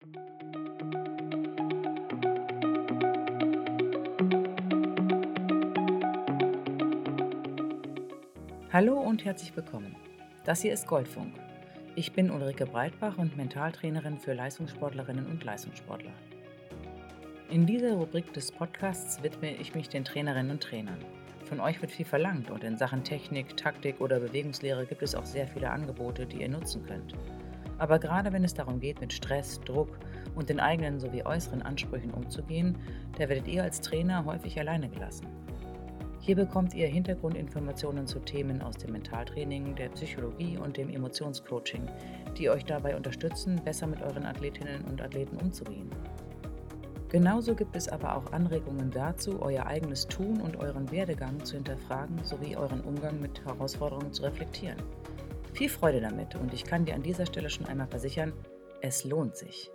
Hallo und herzlich willkommen. Das hier ist Goldfunk. Ich bin Ulrike Breitbach und Mentaltrainerin für Leistungssportlerinnen und Leistungssportler. In dieser Rubrik des Podcasts widme ich mich den Trainerinnen und Trainern. Von euch wird viel verlangt und in Sachen Technik, Taktik oder Bewegungslehre gibt es auch sehr viele Angebote, die ihr nutzen könnt. Aber gerade wenn es darum geht, mit Stress, Druck und den eigenen sowie äußeren Ansprüchen umzugehen, da werdet ihr als Trainer häufig alleine gelassen. Hier bekommt ihr Hintergrundinformationen zu Themen aus dem Mentaltraining, der Psychologie und dem Emotionscoaching, die euch dabei unterstützen, besser mit euren Athletinnen und Athleten umzugehen. Genauso gibt es aber auch Anregungen dazu, euer eigenes Tun und euren Werdegang zu hinterfragen sowie euren Umgang mit Herausforderungen zu reflektieren. Viel Freude damit und ich kann dir an dieser Stelle schon einmal versichern, es lohnt sich.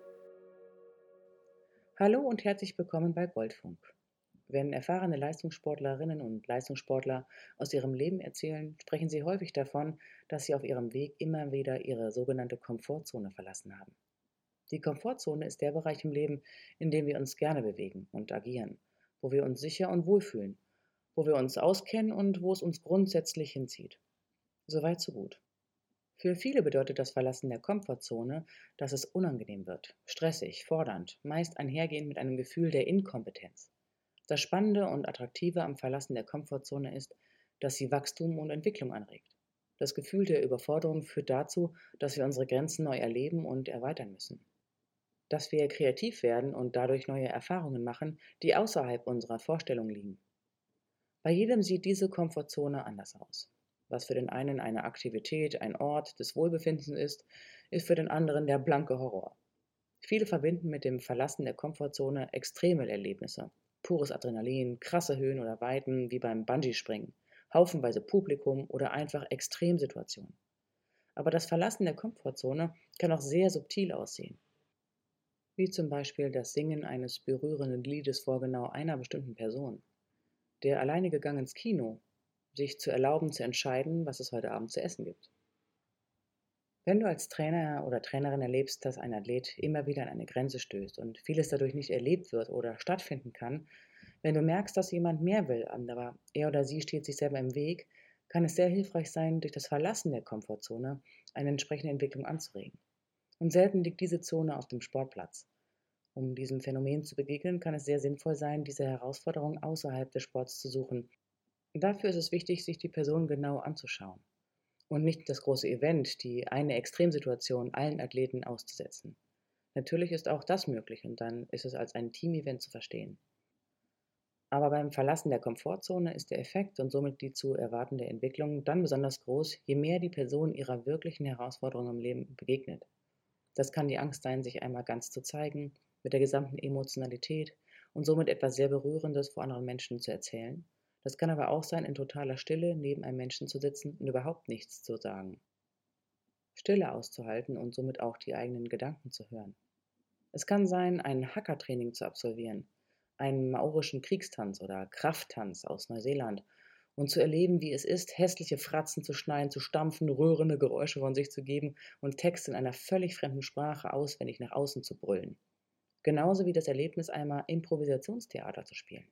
Hallo und herzlich willkommen bei Goldfunk. Wenn erfahrene Leistungssportlerinnen und Leistungssportler aus ihrem Leben erzählen, sprechen sie häufig davon, dass sie auf ihrem Weg immer wieder ihre sogenannte Komfortzone verlassen haben. Die Komfortzone ist der Bereich im Leben, in dem wir uns gerne bewegen und agieren, wo wir uns sicher und wohl fühlen, wo wir uns auskennen und wo es uns grundsätzlich hinzieht. Soweit, so gut. Für viele bedeutet das Verlassen der Komfortzone, dass es unangenehm wird, stressig, fordernd, meist einhergehend mit einem Gefühl der Inkompetenz. Das Spannende und Attraktive am Verlassen der Komfortzone ist, dass sie Wachstum und Entwicklung anregt. Das Gefühl der Überforderung führt dazu, dass wir unsere Grenzen neu erleben und erweitern müssen. Dass wir kreativ werden und dadurch neue Erfahrungen machen, die außerhalb unserer Vorstellung liegen. Bei jedem sieht diese Komfortzone anders aus. Was für den einen eine Aktivität, ein Ort des Wohlbefindens ist für den anderen der blanke Horror. Viele verbinden mit dem Verlassen der Komfortzone extreme Erlebnisse. Pures Adrenalin, krasse Höhen oder Weiten wie beim Bungee-Springen, haufenweise Publikum oder einfach Extremsituationen. Aber das Verlassen der Komfortzone kann auch sehr subtil aussehen. Wie zum Beispiel das Singen eines berührenden Liedes vor genau einer bestimmten Person. Der alleinige Gang ins Kino, sich zu erlauben zu entscheiden, was es heute Abend zu essen gibt. Wenn du als Trainer oder Trainerin erlebst, dass ein Athlet immer wieder an eine Grenze stößt und vieles dadurch nicht erlebt wird oder stattfinden kann, wenn du merkst, dass jemand mehr will, aber er oder sie steht sich selber im Weg, kann es sehr hilfreich sein, durch das Verlassen der Komfortzone eine entsprechende Entwicklung anzuregen. Und selten liegt diese Zone auf dem Sportplatz. Um diesem Phänomen zu begegnen, kann es sehr sinnvoll sein, diese Herausforderung außerhalb des Sports zu suchen. Und dafür ist es wichtig, sich die Person genau anzuschauen und nicht das große Event, die eine Extremsituation allen Athleten auszusetzen. Natürlich ist auch das möglich und dann ist es als ein Teamevent zu verstehen. Aber beim Verlassen der Komfortzone ist der Effekt und somit die zu erwartende Entwicklung dann besonders groß, je mehr die Person ihrer wirklichen Herausforderung im Leben begegnet. Das kann die Angst sein, sich einmal ganz zu zeigen, mit der gesamten Emotionalität und somit etwas sehr Berührendes vor anderen Menschen zu erzählen. Das kann aber auch sein, in totaler Stille neben einem Menschen zu sitzen und überhaupt nichts zu sagen. Stille auszuhalten und somit auch die eigenen Gedanken zu hören. Es kann sein, ein Hackertraining zu absolvieren, einen maorischen Kriegstanz oder Krafttanz aus Neuseeland und zu erleben, wie es ist, hässliche Fratzen zu schneiden, zu stampfen, rührende Geräusche von sich zu geben und Texte in einer völlig fremden Sprache auswendig nach außen zu brüllen. Genauso wie das Erlebnis, einmal Improvisationstheater zu spielen.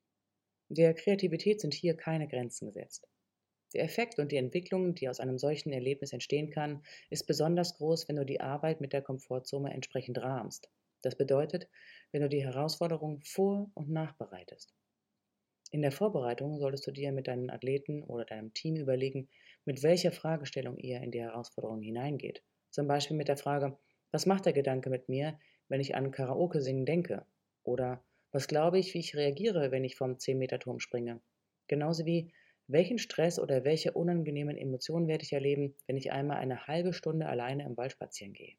Der Kreativität sind hier keine Grenzen gesetzt. Der Effekt und die Entwicklung, die aus einem solchen Erlebnis entstehen kann, ist besonders groß, wenn du die Arbeit mit der Komfortzone entsprechend rahmst. Das bedeutet, wenn du die Herausforderung vor- und nachbereitest. In der Vorbereitung solltest du dir mit deinen Athleten oder deinem Team überlegen, mit welcher Fragestellung ihr in die Herausforderung hineingeht. Zum Beispiel mit der Frage, was macht der Gedanke mit mir, wenn ich an Karaoke singen denke? Oder was glaube ich, wie ich reagiere, wenn ich vom 10-Meter-Turm springe? Genauso wie, welchen Stress oder welche unangenehmen Emotionen werde ich erleben, wenn ich einmal eine halbe Stunde alleine im Wald spazieren gehe?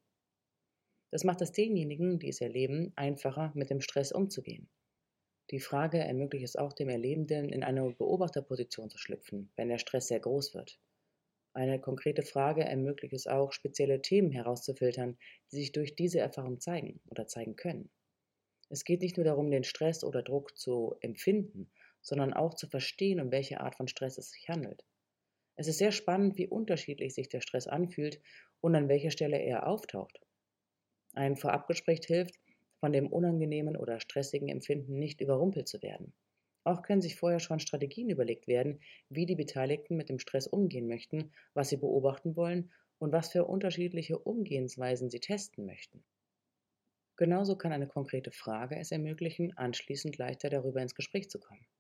Das macht es denjenigen, die es erleben, einfacher, mit dem Stress umzugehen. Die Frage ermöglicht es auch dem Erlebenden, in eine Beobachterposition zu schlüpfen, wenn der Stress sehr groß wird. Eine konkrete Frage ermöglicht es auch, spezielle Themen herauszufiltern, die sich durch diese Erfahrung zeigen oder zeigen können. Es geht nicht nur darum, den Stress oder Druck zu empfinden, sondern auch zu verstehen, um welche Art von Stress es sich handelt. Es ist sehr spannend, wie unterschiedlich sich der Stress anfühlt und an welcher Stelle er auftaucht. Ein Vorabgespräch hilft, von dem unangenehmen oder stressigen Empfinden nicht überrumpelt zu werden. Auch können sich vorher schon Strategien überlegt werden, wie die Beteiligten mit dem Stress umgehen möchten, was sie beobachten wollen und was für unterschiedliche Umgehensweisen sie testen möchten. Genauso kann eine konkrete Frage es ermöglichen, anschließend leichter darüber ins Gespräch zu kommen.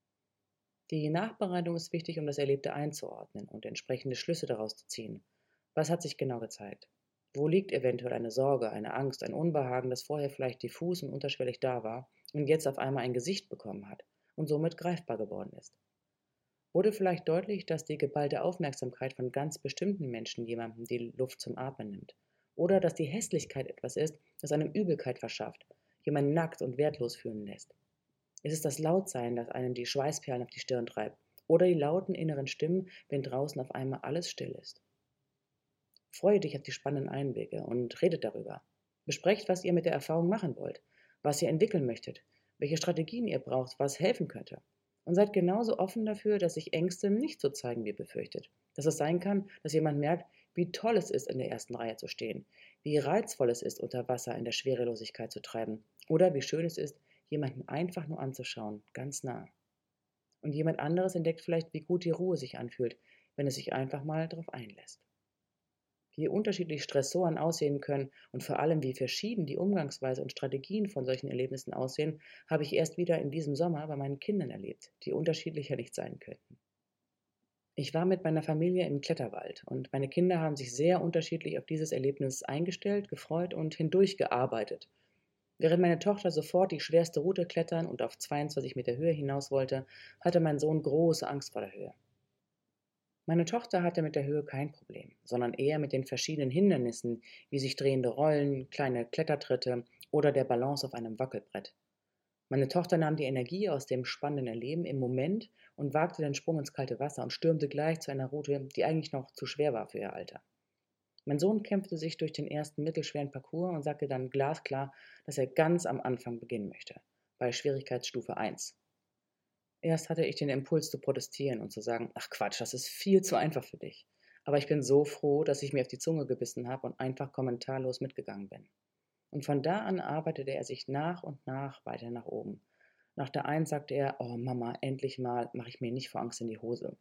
Die Nachbereitung ist wichtig, um das Erlebte einzuordnen und entsprechende Schlüsse daraus zu ziehen. Was hat sich genau gezeigt? Wo liegt eventuell eine Sorge, eine Angst, ein Unbehagen, das vorher vielleicht diffus und unterschwellig da war und jetzt auf einmal ein Gesicht bekommen hat und somit greifbar geworden ist? Wurde vielleicht deutlich, dass die geballte Aufmerksamkeit von ganz bestimmten Menschen jemandem die Luft zum Atmen nimmt? Oder dass die Hässlichkeit etwas ist, das einem Übelkeit verschafft, jemanden nackt und wertlos fühlen lässt? Ist es das Lautsein, das einem die Schweißperlen auf die Stirn treibt? Oder die lauten inneren Stimmen, wenn draußen auf einmal alles still ist? Freue dich auf die spannenden Einblicke und redet darüber. Besprecht, was ihr mit der Erfahrung machen wollt, was ihr entwickeln möchtet, welche Strategien ihr braucht, was helfen könnte. Und seid genauso offen dafür, dass sich Ängste nicht so zeigen wie befürchtet. Dass es sein kann, dass jemand merkt, wie toll es ist, in der ersten Reihe zu stehen, wie reizvoll es ist, unter Wasser in der Schwerelosigkeit zu treiben oder wie schön es ist, jemanden einfach nur anzuschauen, ganz nah. Und jemand anderes entdeckt vielleicht, wie gut die Ruhe sich anfühlt, wenn es sich einfach mal darauf einlässt. Wie unterschiedlich Stressoren aussehen können und vor allem wie verschieden die Umgangsweise und Strategien von solchen Erlebnissen aussehen, habe ich erst wieder in diesem Sommer bei meinen Kindern erlebt, die unterschiedlicher nicht sein könnten. Ich war mit meiner Familie im Kletterwald und meine Kinder haben sich sehr unterschiedlich auf dieses Erlebnis eingestellt, gefreut und hindurchgearbeitet. Während meine Tochter sofort die schwerste Route klettern und auf 22 Meter Höhe hinaus wollte, hatte mein Sohn große Angst vor der Höhe. Meine Tochter hatte mit der Höhe kein Problem, sondern eher mit den verschiedenen Hindernissen, wie sich drehende Rollen, kleine Klettertritte oder der Balance auf einem Wackelbrett. Meine Tochter nahm die Energie aus dem spannenden Erleben im Moment und wagte den Sprung ins kalte Wasser und stürmte gleich zu einer Route, die eigentlich noch zu schwer war für ihr Alter. Mein Sohn kämpfte sich durch den ersten mittelschweren Parcours und sagte dann glasklar, dass er ganz am Anfang beginnen möchte, bei Schwierigkeitsstufe 1. Erst hatte ich den Impuls zu protestieren und zu sagen, ach Quatsch, das ist viel zu einfach für dich. Aber ich bin so froh, dass ich mir auf die Zunge gebissen habe und einfach kommentarlos mitgegangen bin. Und von da an arbeitete er sich nach und nach weiter nach oben. Nach der einen sagte er, oh Mama, endlich mal, mache ich mir nicht vor Angst in die Hose.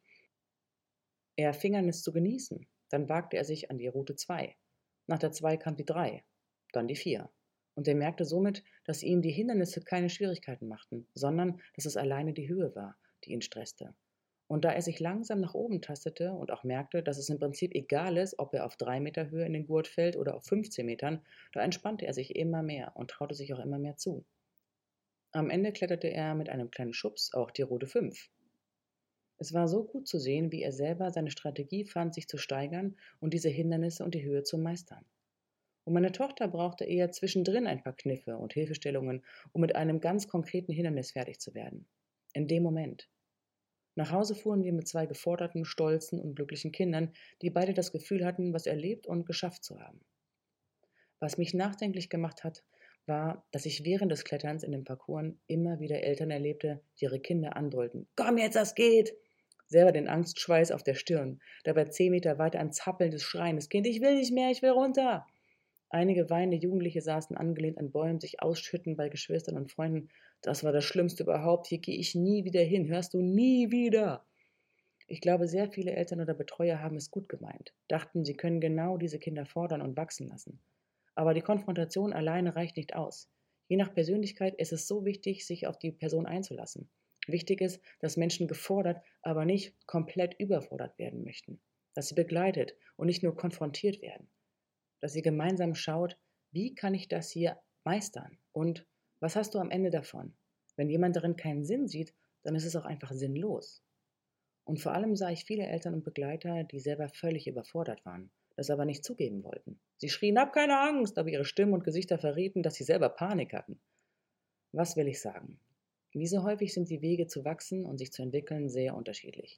Er fing an, es zu genießen. Dann wagte er sich an die Route 2. Nach der 2 kam die 3, dann die 4. Und er merkte somit, dass ihm die Hindernisse keine Schwierigkeiten machten, sondern dass es alleine die Höhe war, die ihn stresste. Und da er sich langsam nach oben tastete und auch merkte, dass es im Prinzip egal ist, ob er auf 3 Meter Höhe in den Gurt fällt oder auf 15 Metern, da entspannte er sich immer mehr und traute sich auch immer mehr zu. Am Ende kletterte er mit einem kleinen Schubs auch die Route 5. Es war so gut zu sehen, wie er selber seine Strategie fand, sich zu steigern und diese Hindernisse und die Höhe zu meistern. Und meine Tochter brauchte eher zwischendrin ein paar Kniffe und Hilfestellungen, um mit einem ganz konkreten Hindernis fertig zu werden. In dem Moment. Nach Hause fuhren wir mit zwei geforderten, stolzen und glücklichen Kindern, die beide das Gefühl hatten, was erlebt und geschafft zu haben. Was mich nachdenklich gemacht hat, war, dass ich während des Kletterns in den Parcours immer wieder Eltern erlebte, die ihre Kinder anbrüllten. Komm jetzt, das geht! Selber den Angstschweiß auf der Stirn, dabei 10 Meter weiter ein zappelndes schreiendes Kind. Ich will nicht mehr, ich will runter! Einige weinende Jugendliche saßen angelehnt an Bäumen, sich ausschütten bei Geschwistern und Freunden. Das war das Schlimmste überhaupt. Hier gehe ich nie wieder hin. Hörst du, nie wieder. Ich glaube, sehr viele Eltern oder Betreuer haben es gut gemeint, dachten, sie können genau diese Kinder fordern und wachsen lassen. Aber die Konfrontation alleine reicht nicht aus. Je nach Persönlichkeit ist es so wichtig, sich auf die Person einzulassen. Wichtig ist, dass Menschen gefordert, aber nicht komplett überfordert werden möchten. Dass sie begleitet und nicht nur konfrontiert werden. Dass ihr gemeinsam schaut, wie kann ich das hier meistern und was hast du am Ende davon? Wenn jemand darin keinen Sinn sieht, dann ist es auch einfach sinnlos. Und vor allem sah ich viele Eltern und Begleiter, die selber völlig überfordert waren, das aber nicht zugeben wollten. Sie schrien, hab keine Angst, aber ihre Stimmen und Gesichter verrieten, dass sie selber Panik hatten. Was will ich sagen? Wie so häufig sind die Wege zu wachsen und sich zu entwickeln sehr unterschiedlich.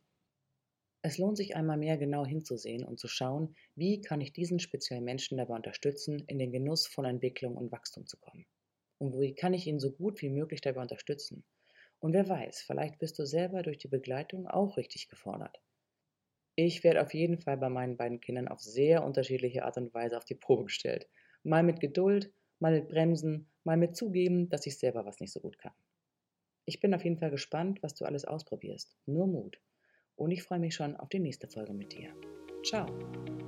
Es lohnt sich einmal mehr genau hinzusehen und zu schauen, wie kann ich diesen speziellen Menschen dabei unterstützen, in den Genuss von Entwicklung und Wachstum zu kommen. Und wie kann ich ihn so gut wie möglich dabei unterstützen? Und wer weiß, vielleicht bist du selber durch die Begleitung auch richtig gefordert. Ich werde auf jeden Fall bei meinen beiden Kindern auf sehr unterschiedliche Art und Weise auf die Probe gestellt. Mal mit Geduld, mal mit Bremsen, mal mit zugeben, dass ich selber was nicht so gut kann. Ich bin auf jeden Fall gespannt, was du alles ausprobierst. Nur Mut. Und ich freue mich schon auf die nächste Folge mit dir. Ciao.